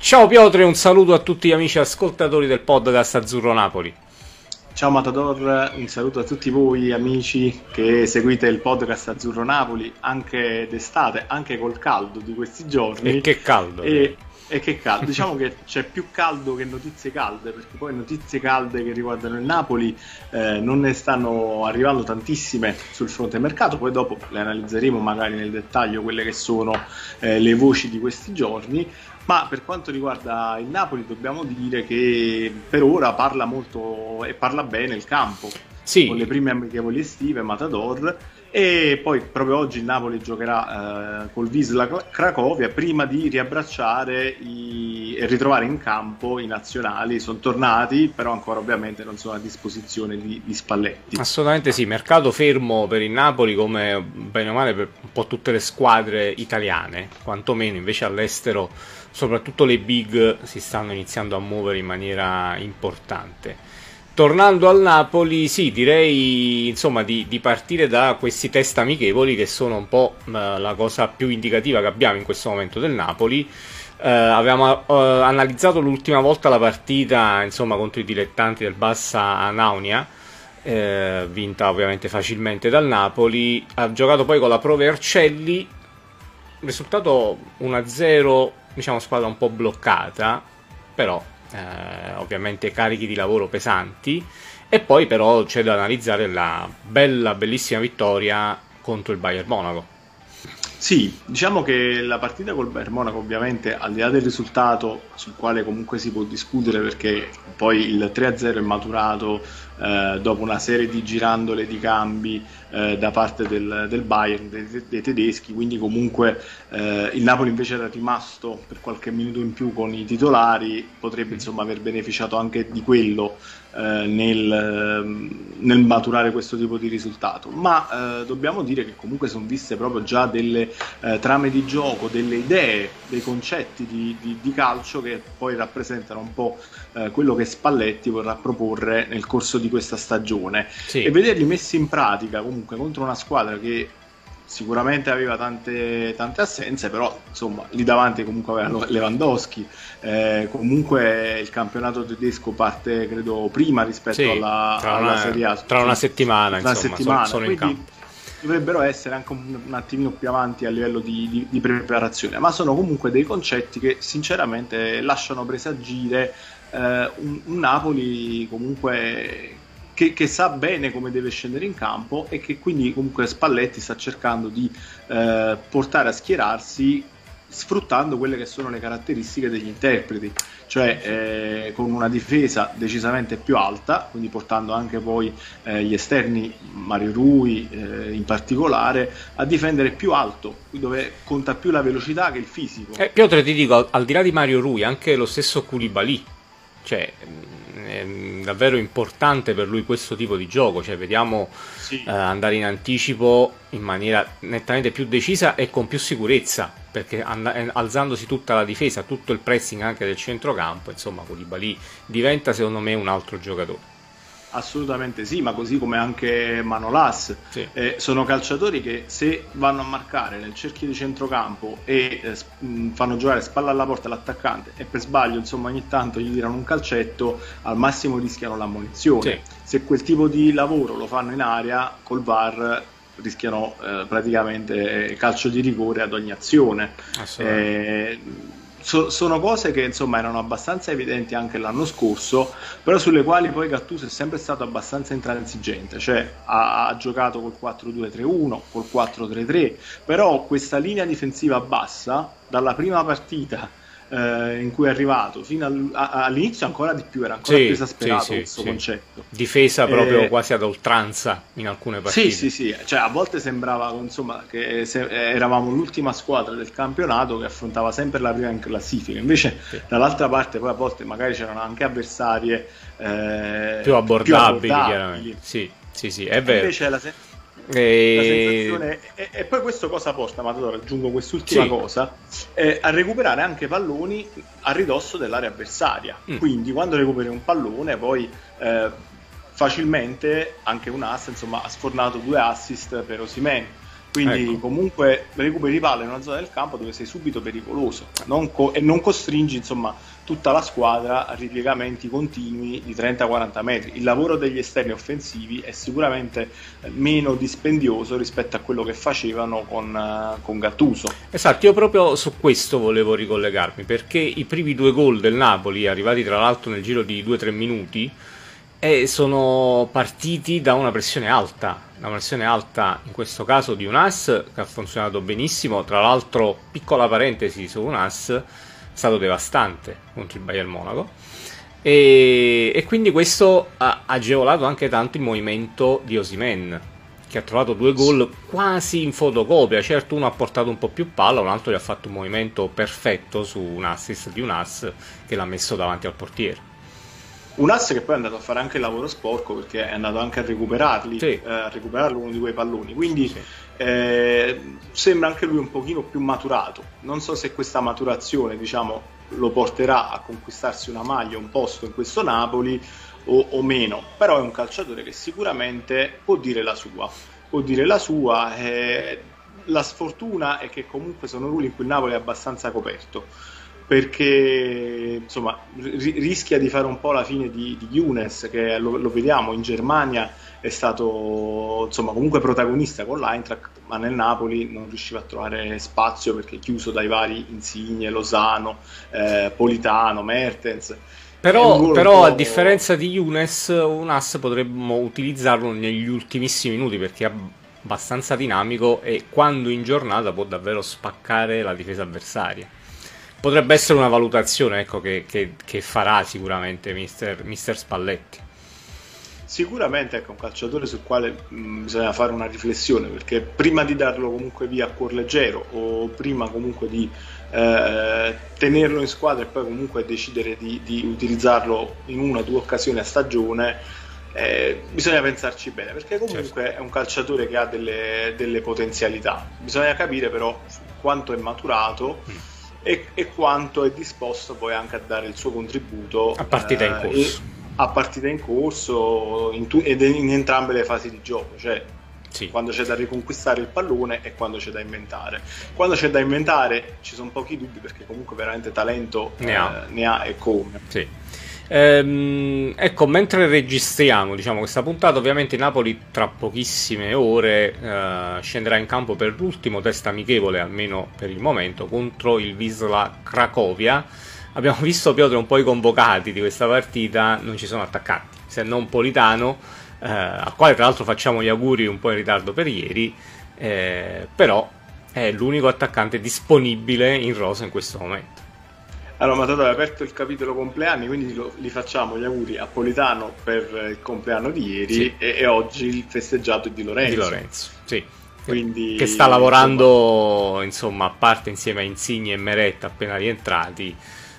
Ciao Piotr, un saluto a tutti gli amici ascoltatori del podcast Azzurro Napoli. Ciao Matador, un saluto a tutti voi amici che seguite il podcast Azzurro Napoli anche d'estate, anche col caldo di questi E giorni. che caldo che E che caldo, diciamo che c'è più caldo che notizie calde, perché poi notizie calde che riguardano il Napoli non ne stanno arrivando tantissime sul fronte mercato, poi dopo le analizzeremo magari nel dettaglio quelle che sono le voci di questi giorni. Ma per quanto riguarda il Napoli dobbiamo dire che per ora parla molto e parla bene il campo, con le Sì, prime amichevoli estive, Matador, e poi proprio oggi il Napoli giocherà col Wisla Cracovia prima di riabbracciare e ritrovare in campo i nazionali. Sono tornati, però ancora ovviamente non sono a disposizione di Spalletti. assolutamente sì, mercato fermo per il Napoli come bene o male per un po' tutte le squadre italiane, quantomeno invece all'estero soprattutto le big si stanno iniziando a muovere in maniera importante. Tornando al Napoli, sì, direi insomma di partire da questi test amichevoli che sono un po' la cosa più indicativa che abbiamo in questo momento del Napoli. Avevamo analizzato l'ultima volta la partita insomma contro i dilettanti del Bassa Anaunia, vinta ovviamente facilmente dal Napoli. Ha giocato poi con la Pro Vercelli, risultato 1-0, diciamo squadra un po' bloccata, però ovviamente carichi di lavoro pesanti. E poi però c'è da analizzare la bellissima vittoria contro il Bayern Monaco. Sì, diciamo che la partita col Bayern Monaco ovviamente al di là del risultato sul quale comunque si può discutere perché poi il 3-0 è maturato dopo una serie di girandole di cambi da parte del Bayern, dei tedeschi, quindi comunque il Napoli invece era rimasto per qualche minuto in più con i titolari, potrebbe insomma aver beneficiato anche di quello nel maturare questo tipo di risultato, ma dobbiamo dire che comunque sono viste proprio già delle trame di gioco, delle idee, dei concetti di calcio che poi rappresentano un po' quello che Spalletti vorrà proporre nel corso di questa stagione e Sì, vederli messi in pratica comunque contro una squadra che sicuramente aveva tante assenze, però insomma lì davanti comunque aveva Lewandowski, comunque il campionato tedesco parte credo prima rispetto sì, alla Serie A, tra una settimana tra una insomma settimana, sono in quindi campo. dovrebbero essere anche un attimino più avanti a livello di preparazione, ma sono comunque dei concetti che sinceramente lasciano presagire un Napoli comunque che sa bene come deve scendere in campo e che quindi comunque Spalletti sta cercando di portare a schierarsi sfruttando quelle che sono le caratteristiche degli interpreti, cioè con una difesa decisamente più alta, quindi portando anche poi gli esterni, Mario Rui in particolare, a difendere più alto, dove conta più la velocità che il fisico. Piotr, ti dico, al di là di Mario Rui, anche lo stesso Koulibaly, cioè è davvero importante per lui questo tipo di gioco, cioè vediamo Sì. andare in anticipo in maniera nettamente più decisa e con più sicurezza, perché alzandosi tutta la difesa, tutto il pressing anche del centrocampo, insomma Koulibaly diventa secondo me un altro giocatore. Assolutamente sì, ma così come anche Manolas. Sì. Sono calciatori che se vanno a marcare nel cerchio di centrocampo e fanno giocare spalla alla porta l'attaccante e per sbaglio insomma ogni tanto gli tirano un calcetto, al massimo rischiano Sì, l'ammonizione. Se quel tipo di lavoro lo fanno in area col VAR rischiano praticamente calcio di rigore ad ogni azione. assolutamente. Eh, sono cose che insomma erano abbastanza evidenti anche l'anno scorso, però sulle quali poi Gattuso è sempre stato abbastanza intransigente, cioè ha giocato col 4-2-3-1, col 4-3-3, però questa linea difensiva bassa dalla prima partita in cui è arrivato fino all'inizio ancora di più, era ancora più Sì, sì, esasperato sì, questo sì. concetto. Difesa proprio Eh, quasi ad oltranza in alcune sì, partite. sì, sì, cioè a volte sembrava insomma, che eravamo l'ultima squadra del campionato che affrontava sempre la prima in classifica, invece Sì. dall'altra parte poi a volte magari c'erano anche avversarie Più più abbordabili, chiaramente. abbordabili. Sì, sì, sì, è E vero. invece la E... sensazione, e poi questo cosa porta, Matador, aggiungo quest'ultima Sì. cosa, a recuperare anche palloni a ridosso dell'area avversaria. Mm. Quindi quando recuperi un pallone poi facilmente anche un ass, insomma ha sfornato 2 assist per Osimhen. Quindi Ecco. comunque recuperi palla in una zona del campo dove sei subito pericoloso e non costringi insomma tutta la squadra a ripiegamenti continui di 30-40 metri. Il lavoro degli esterni offensivi è sicuramente meno dispendioso rispetto a quello che facevano con Gattuso. Esatto, io proprio su questo volevo ricollegarmi, perché i primi due gol del Napoli, arrivati tra l'altro nel giro di 2-3 minuti, sono partiti da una pressione alta in questo caso di un AS che ha funzionato benissimo. Tra l'altro, piccola parentesi su un AS, è stato devastante contro il Bayern Monaco, e quindi questo ha agevolato anche tanto il movimento di Osimhen, che ha trovato due gol quasi in fotocopia. Certo, uno ha portato un po' più palla, un altro gli ha fatto un movimento perfetto su un assist di un AS che l'ha messo davanti al portiere. Un asse che poi è andato a fare anche il lavoro sporco, perché è andato anche a recuperarli, Sì. a recuperarlo uno di quei palloni, quindi Sì. sembra anche lui un pochino più maturato. Non so se questa maturazione, diciamo, lo porterà a conquistarsi una maglia, un posto in questo Napoli o meno, però è un calciatore che sicuramente può dire la sua. Può dire la sua. La sfortuna è che comunque sono ruoli in cui il Napoli è abbastanza coperto, perché insomma rischia di fare un po' la fine di Younes, che lo vediamo in Germania è stato insomma comunque protagonista con l'Eintracht, ma nel Napoli non riusciva a trovare spazio perché è chiuso dai vari Insigne, Lozano, Politano, Mertens. Però a differenza di Younes, un ass potremmo utilizzarlo negli ultimissimi minuti, perché è abbastanza dinamico e quando in giornata può davvero spaccare la difesa avversaria. Potrebbe essere una valutazione, ecco, che farà sicuramente mister Spalletti. Sicuramente ecco, un calciatore sul quale bisogna fare una riflessione, perché prima di darlo comunque via a cuor leggero, o prima comunque di tenerlo in squadra e poi comunque decidere di utilizzarlo in una o due occasioni a stagione, bisogna pensarci bene, perché comunque certo, è un calciatore che ha delle potenzialità. Bisogna capire però quanto è maturato e quanto è disposto poi anche a dare il suo contributo a partita in corso. A partita in corso ed in entrambe le fasi di gioco, cioè sì, quando c'è da riconquistare il pallone e quando c'è da inventare. Quando c'è da inventare ci sono pochi dubbi, perché comunque veramente talento ne ha e come. Sì. Ecco, mentre registriamo, diciamo, questa puntata, ovviamente Napoli tra pochissime ore scenderà in campo per l'ultimo test amichevole, almeno per il momento, contro il Wisla Cracovia. Abbiamo visto, Piotr, un po' i convocati di questa partita, non ci sono attaccanti, se non Politano, al quale tra l'altro facciamo gli auguri un po' in ritardo per ieri, però è l'unico attaccante disponibile in rosa in questo momento. Allora, Matador ha aperto il capitolo compleanni, quindi gli facciamo gli auguri a Politano per il compleanno di ieri, sì, e oggi il festeggiato è di Lorenzo. Di Lorenzo, sì. Quindi, che sta lavorando, insomma, a parte insieme a Insigne e Meret appena rientrati,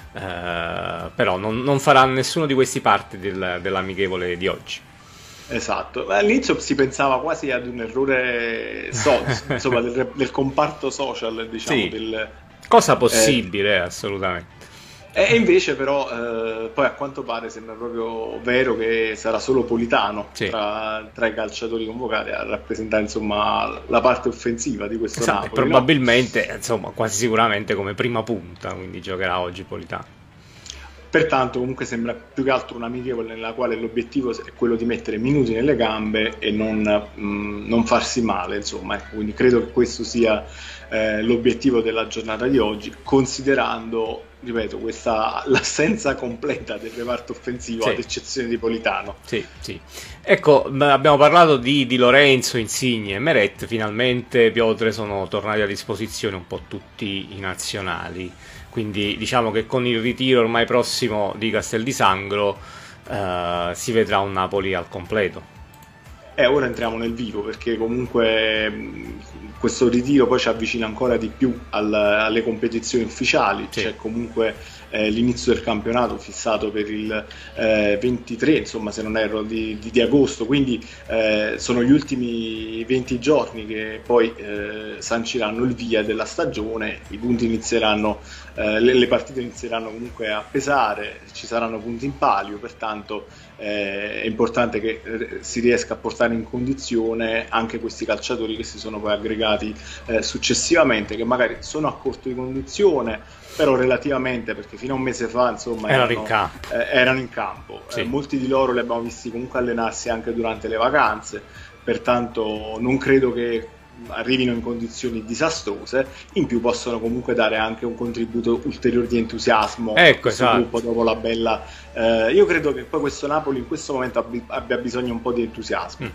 però non farà nessuno di questi parte dell'amichevole di oggi. Esatto, all'inizio si pensava quasi ad un errore insomma, del comparto social, diciamo, sì, cosa possibile, assolutamente. E invece però poi a quanto pare sembra proprio vero che sarà solo Politano, sì, tra i calciatori convocati a rappresentare insomma la parte offensiva di questo Napoli. Probabilmente, insomma, quasi sicuramente come prima punta, quindi giocherà oggi Politano. Pertanto comunque sembra più che altro un'amichevole nella quale l'obiettivo è quello di mettere minuti nelle gambe e non farsi male, insomma, ecco, quindi credo che questo sia l'obiettivo della giornata di oggi, considerando, ripeto, l'assenza completa del reparto offensivo, sì, ad eccezione di Politano. Sì, sì. Ecco, abbiamo parlato di Lorenzo, Insigne e Meret. Finalmente, Piotr, sono tornati a disposizione un po' tutti i nazionali, quindi diciamo che con il ritiro ormai prossimo di Castel di Sangro si vedrà un Napoli al completo. Ora entriamo nel vivo, perché comunque questo ritiro poi ci avvicina ancora di più alle competizioni ufficiali, sì, c'è comunque l'inizio del campionato fissato per il 23, insomma, se non erro, di agosto, quindi sono gli ultimi 20 giorni che poi sanciranno il via della stagione, i punti inizieranno, le partite inizieranno comunque a pesare, ci saranno punti in palio, pertanto è importante che si riesca a portare in condizione anche questi calciatori che si sono poi aggregati arrivati successivamente, che magari sono a corto di condizione, però relativamente, perché fino a un mese fa insomma erano in campo. Sì. Molti di loro li abbiamo visti comunque allenarsi anche durante le vacanze, pertanto non credo che arrivino in condizioni disastrose. In più possono comunque dare anche un contributo ulteriore di entusiasmo a questo gruppo dopo la bella io credo che poi questo Napoli in questo momento abbia bisogno un po' di entusiasmo.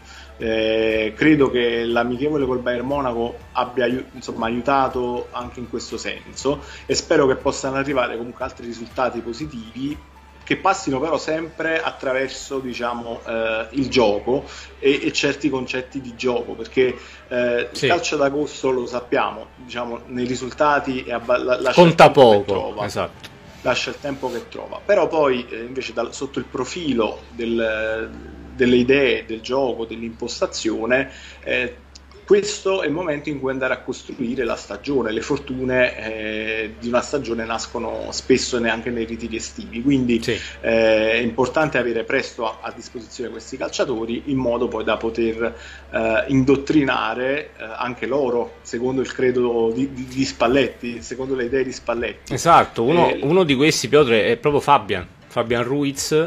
Credo che l'amichevole col Bayern Monaco abbia insomma aiutato anche in questo senso, e spero che possano arrivare comunque altri risultati positivi, che passino però sempre attraverso, diciamo, il gioco e certi concetti di gioco, perché il calcio d'agosto, lo sappiamo, diciamo, nei risultati conta poco, esatto, lascia il tempo che trova, però poi invece sotto il profilo delle idee, del gioco, dell'impostazione, questo è il momento in cui andare a costruire la stagione. Le fortune di una stagione nascono spesso neanche nei ritiri estivi, quindi è importante avere presto a disposizione questi calciatori, in modo poi da poter indottrinare anche loro secondo il credo di Spalletti, secondo le idee di Spalletti. Esatto, uno di questi, Piotr, è proprio Fabian Ruiz.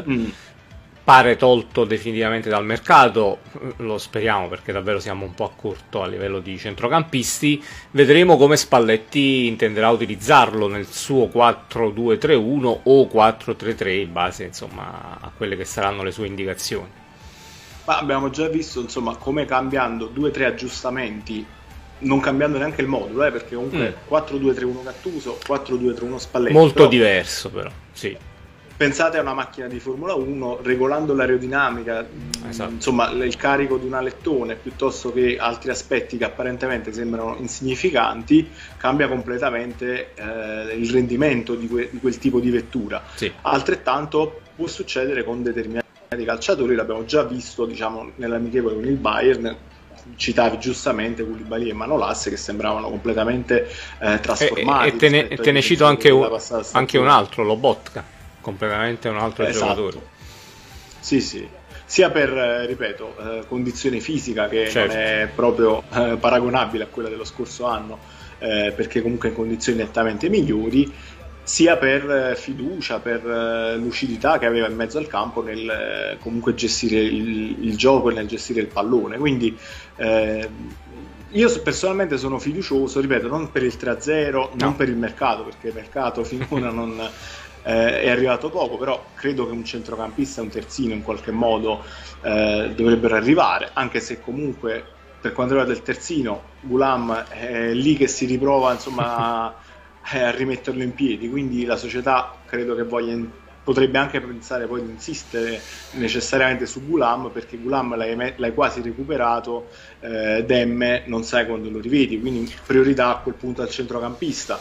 Pare tolto definitivamente dal mercato, lo speriamo, perché davvero siamo un po' a corto a livello di centrocampisti. Vedremo come Spalletti intenderà utilizzarlo nel suo 4-2-3-1 o 4-3-3, in base insomma a quelle che saranno le sue indicazioni. Ma abbiamo già visto insomma come, cambiando 2-3 aggiustamenti, non cambiando neanche il modulo, perché comunque 4-2-3-1 Gattuso, 4-2-3-1 Spalletti, molto diverso però, sì. Pensate a una macchina di Formula 1, regolando l'aerodinamica, insomma il carico di un alettone, piuttosto che altri aspetti che apparentemente sembrano insignificanti, cambia completamente il rendimento di quel tipo di vettura. Altrettanto può succedere con determinati calciatori, l'abbiamo già visto, diciamo, nell'amichevole con il Bayern. Citavi giustamente Koulibaly e Manolas, che sembravano completamente trasformati. E te ne cito anche un altro, Lobotka, completamente un altro giocatore. Sì, sia per, ripeto, condizione fisica, che non è proprio paragonabile a quella dello scorso anno, perché comunque in condizioni nettamente migliori, sia per fiducia, per lucidità che aveva in mezzo al campo nel comunque gestire il gioco e nel gestire il pallone. Quindi io personalmente sono fiducioso, ripeto, non per il 3-0, non per il mercato, perché il mercato finora non è arrivato poco, però credo che un centrocampista e un terzino in qualche modo dovrebbero arrivare, anche se comunque per quanto riguarda il terzino, Ghoulam è lì che si riprova insomma a rimetterlo in piedi, quindi la società credo che potrebbe anche pensare poi di insistere necessariamente su Ghoulam, perché Ghoulam l'hai quasi recuperato, Demme non sai quando lo rivedi, quindi priorità a quel punto al centrocampista.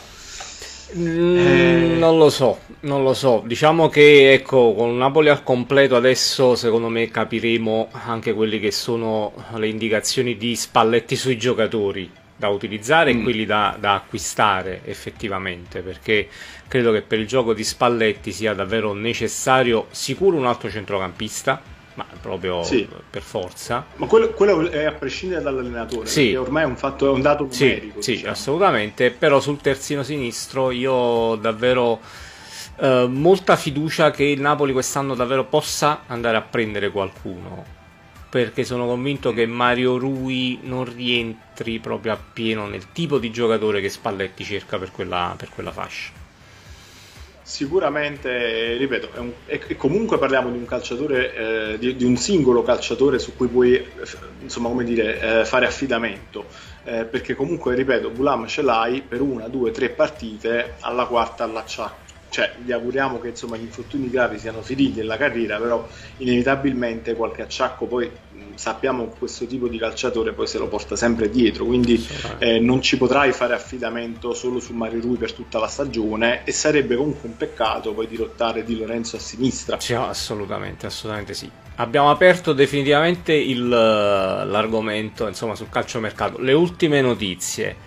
Non lo so, diciamo che ecco, con Napoli al completo adesso secondo me capiremo anche quelle che sono le indicazioni di Spalletti sui giocatori da utilizzare e quelli da acquistare effettivamente, perché credo che per il gioco di Spalletti sia davvero necessario sicuro un altro centrocampista, ma proprio per forza. Ma quello è a prescindere dall'allenatore, perché ormai è un fatto, è un dato numerico. Sì, diciamo. Assolutamente, però sul terzino sinistro io ho davvero molta fiducia che il Napoli quest'anno davvero possa andare a prendere qualcuno, perché sono convinto che Mario Rui non rientri proprio appieno nel tipo di giocatore che Spalletti cerca per quella fascia. Sicuramente, ripeto, e comunque parliamo di un calciatore, di un singolo calciatore su cui puoi, insomma, come dire, fare affidamento, perché comunque, ripeto, Ghoulam ce l'hai per 1, 2, 3 partite, alla quarta allacciacco. Cioè, gli auguriamo che insomma gli infortuni gravi siano finiti nella carriera, però inevitabilmente qualche acciacco poi sappiamo che questo tipo di calciatore poi se lo porta sempre dietro, quindi non ci potrai fare affidamento solo su Mario Rui per tutta la stagione, e sarebbe comunque un peccato poi dirottare Di Lorenzo a sinistra. Sì, assolutamente sì. Abbiamo aperto definitivamente l'argomento insomma sul calciomercato. Le ultime notizie.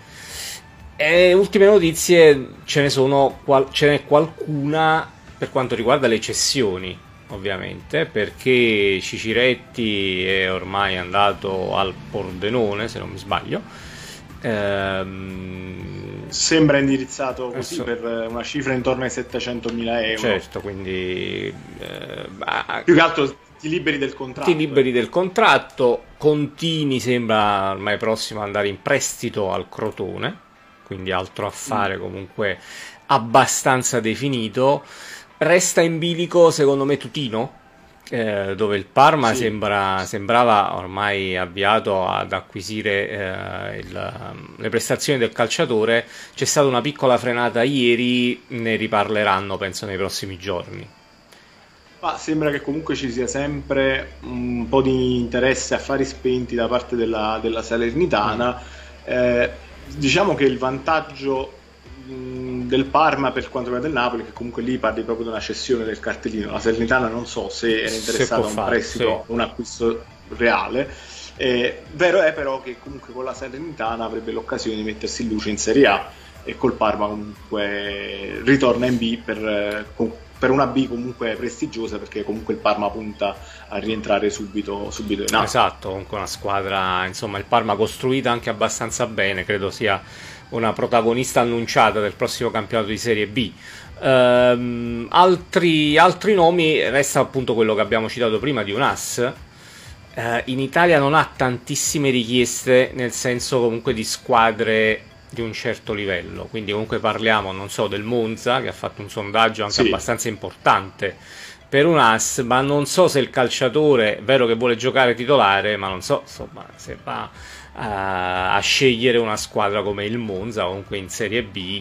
Ce n'è qualcuna per quanto riguarda le cessioni, ovviamente, perché Ciciretti è ormai andato al Pordenone, se non mi sbaglio, Sembra indirizzato così per una cifra intorno ai 700.000 euro. Certo, quindi più che altro ti liberi del contratto. Ti liberi del contratto. Contini sembra ormai prossimo ad andare in prestito al Crotone, quindi altro affare comunque abbastanza definito. Resta in bilico secondo me Tutino, dove il Parma sembrava ormai avviato ad acquisire le prestazioni del calciatore. C'è stata una piccola frenata ieri, ne riparleranno penso nei prossimi giorni. Ma sembra che comunque ci sia sempre un po' di interesse, affari spenti da parte della Salernitana. Diciamo che il vantaggio del Parma per quanto riguarda il Napoli, che comunque lì parli proprio di una cessione del cartellino. La Salernitana non so se era interessata a un prestito o un acquisto reale. Vero è però che comunque con la Salernitana avrebbe l'occasione di mettersi in luce in Serie A, e col Parma comunque ritorna in B per una B comunque prestigiosa, perché comunque il Parma punta a rientrare subito in A. Esatto, comunque una squadra, insomma, il Parma costruita anche abbastanza bene, credo sia una protagonista annunciata del prossimo campionato di Serie B. Altri nomi, resta appunto quello che abbiamo citato prima di UNAS. In Italia non ha tantissime richieste, nel senso comunque di squadre di un certo livello, quindi comunque parliamo, non so, del Monza che ha fatto un sondaggio anche abbastanza importante per UNAS, ma non so se il calciatore, è vero che vuole giocare titolare, ma non so insomma se va a scegliere una squadra come il Monza o comunque in Serie B.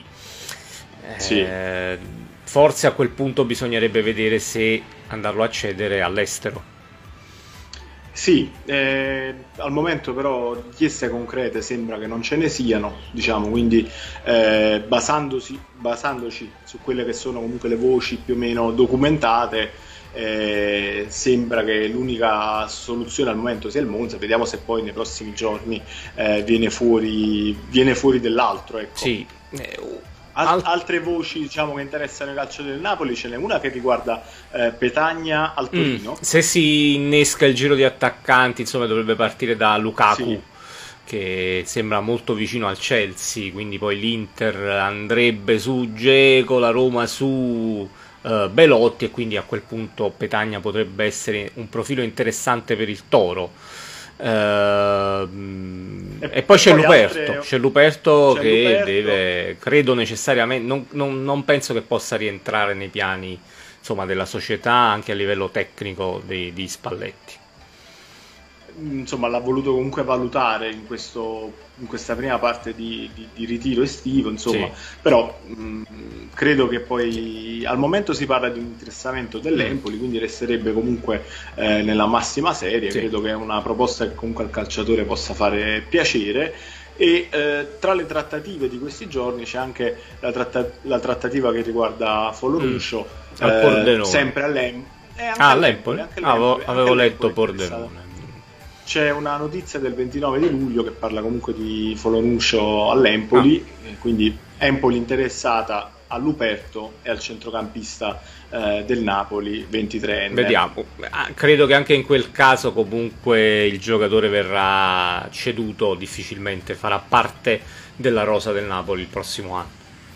Forse a quel punto bisognerebbe vedere se andarlo a cedere all'estero. Sì, al momento però richieste concrete sembra che non ce ne siano, diciamo, quindi basandoci su quelle che sono comunque le voci più o meno documentate, sembra che l'unica soluzione al momento sia il Monza. Vediamo se poi nei prossimi giorni viene fuori dell'altro, ecco. Sì. Altre voci, diciamo, che interessano i calcio del Napoli, ce n'è una che riguarda Petagna al Torino. Se si innesca il giro di attaccanti, insomma, dovrebbe partire da Lukaku, che sembra molto vicino al Chelsea, quindi poi l'Inter andrebbe su Dzeko, la Roma su Belotti, e quindi a quel punto Petagna potrebbe essere un profilo interessante per il Toro. E poi c'è Luperto che deve, credo necessariamente, non penso che possa rientrare nei piani, insomma, della società anche a livello tecnico di Spalletti. Insomma, l'ha voluto comunque valutare in questa prima parte di ritiro estivo, insomma, però credo che poi al momento si parla di un interessamento dell'Empoli, quindi resterebbe comunque nella massima serie. Credo che è una proposta che comunque al calciatore possa fare piacere. E tra le trattative di questi giorni c'è anche la trattativa che riguarda Foloruscio, sempre all'Empoli. Avevo letto Pordenone. C'è una notizia del 29 di luglio che parla comunque di Foloruscio all'Empoli, quindi Empoli interessata a Luperto e al centrocampista del Napoli, 23enne. Vediamo, credo che anche in quel caso comunque il giocatore verrà ceduto, difficilmente farà parte della rosa del Napoli il prossimo anno.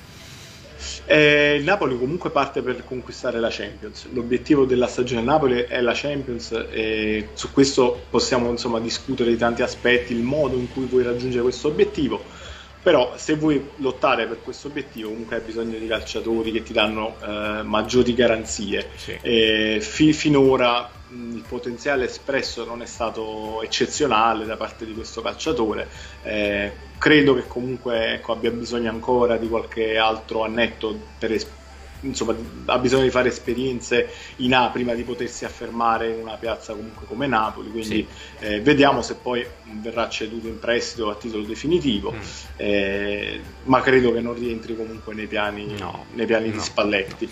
Il Napoli comunque parte per conquistare la Champions. L'obiettivo della stagione del Napoli è la Champions, e su questo possiamo, insomma, discutere di tanti aspetti, il modo in cui puoi raggiungere questo obiettivo. Però se vuoi lottare per questo obiettivo comunque hai bisogno di calciatori che ti danno maggiori garanzie. Finora il potenziale espresso non è stato eccezionale da parte di questo calciatore. Credo che comunque abbia bisogno ancora di qualche altro annetto insomma, ha bisogno di fare esperienze in A prima di potersi affermare in una piazza comunque come Napoli, quindi vediamo se poi verrà ceduto in prestito a titolo definitivo, ma credo che non rientri comunque nei piani di Spalletti.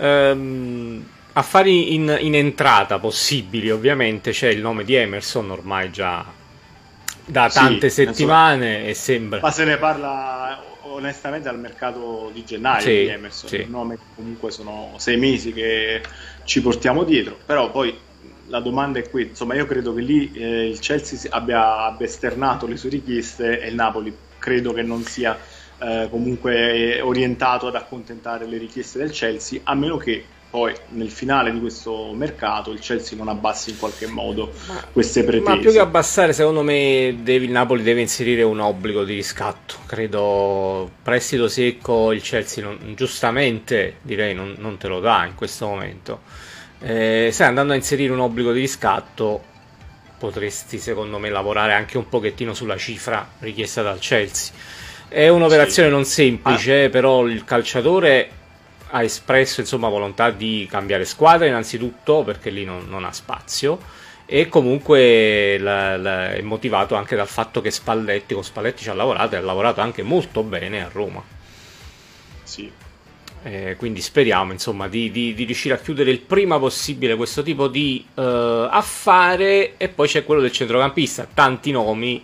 Affari in entrata possibili, ovviamente c'è il nome di Emerson ormai già da tante settimane, e sembra, ma se ne parla onestamente al mercato di gennaio di Emerson, un nome che comunque sono 6 mesi che ci portiamo dietro. Però poi la domanda è qui, insomma, io credo che lì il Chelsea abbia esternato le sue richieste e il Napoli credo che non sia comunque orientato ad accontentare le richieste del Chelsea, a meno che poi nel finale di questo mercato il Chelsea non abbassi in qualche modo queste pretese. Ma più che abbassare, secondo me il Napoli deve inserire un obbligo di riscatto. Credo prestito secco il Chelsea giustamente direi non te lo dà in questo momento. Sai, andando a inserire un obbligo di riscatto potresti secondo me lavorare anche un pochettino sulla cifra richiesta dal Chelsea. È un'operazione non semplice, però il calciatore ha espresso insomma volontà di cambiare squadra innanzitutto perché lì non ha spazio, e comunque è motivato anche dal fatto che con Spalletti ci ha lavorato, e ha lavorato anche molto bene a Roma. Sì. Quindi speriamo insomma di riuscire a chiudere il prima possibile questo tipo di affare. E poi c'è quello del centrocampista, tanti nomi,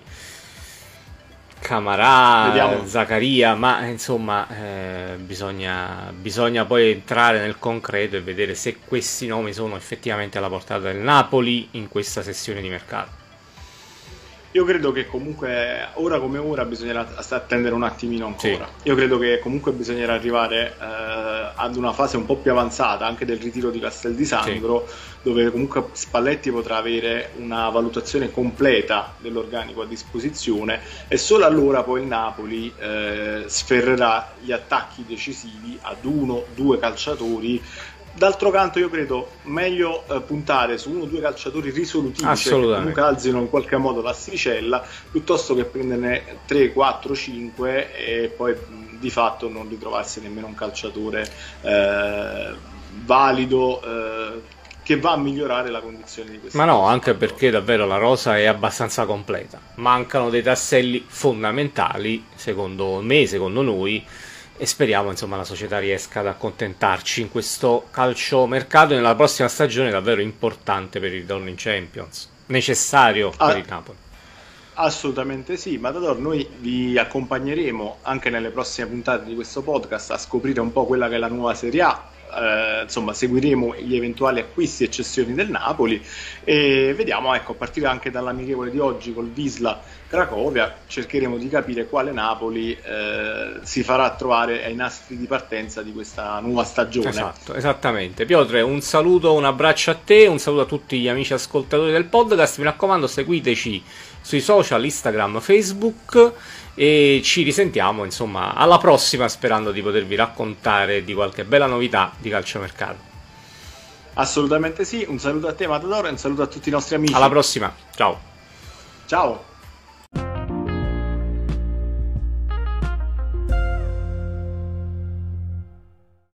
Camarà, Zaccaria, ma insomma bisogna poi entrare nel concreto e vedere se questi nomi sono effettivamente alla portata del Napoli in questa sessione di mercato. Io credo che comunque ora come ora bisognerà attendere un attimino ancora. Sì. Io credo che comunque bisognerà arrivare ad una fase un po' più avanzata anche del ritiro di Castel di Sangro, sì, dove comunque Spalletti potrà avere una valutazione completa dell'organico a disposizione, e solo allora poi il Napoli sferrerà gli attacchi decisivi ad 1-2 calciatori. D'altro canto io credo meglio puntare su 1-2 calciatori risolutivi, cioè che comunque alzino in qualche modo l'asticella, piuttosto che prenderne 3, 4, 5 e poi di fatto non ritrovarsi nemmeno un calciatore valido che va a migliorare la condizione di questo. Ma no, anche perché davvero la rosa è abbastanza completa, mancano dei tasselli fondamentali secondo me, secondo noi, e speriamo insomma la società riesca ad accontentarci in questo calciomercato e nella prossima stagione davvero importante per il ritorno in Champions, necessario per il Napoli. Assolutamente sì, Matador, noi vi accompagneremo anche nelle prossime puntate di questo podcast a scoprire un po' quella che è la nuova Serie A. Insomma, seguiremo gli eventuali acquisti e cessioni del Napoli e vediamo, ecco, a partire anche dall'amichevole di oggi col Wisla Cracovia cercheremo di capire quale Napoli si farà trovare ai nastri di partenza di questa nuova stagione. Esatto, esattamente. Piotre, un saluto, un abbraccio a te, un saluto a tutti gli amici ascoltatori del podcast, mi raccomando seguiteci sui social, Instagram, Facebook, e ci risentiamo insomma alla prossima, sperando di potervi raccontare di qualche bella novità di calciomercato. Assolutamente sì, un saluto a te Matador e un saluto a tutti i nostri amici. Alla prossima, ciao. Ciao.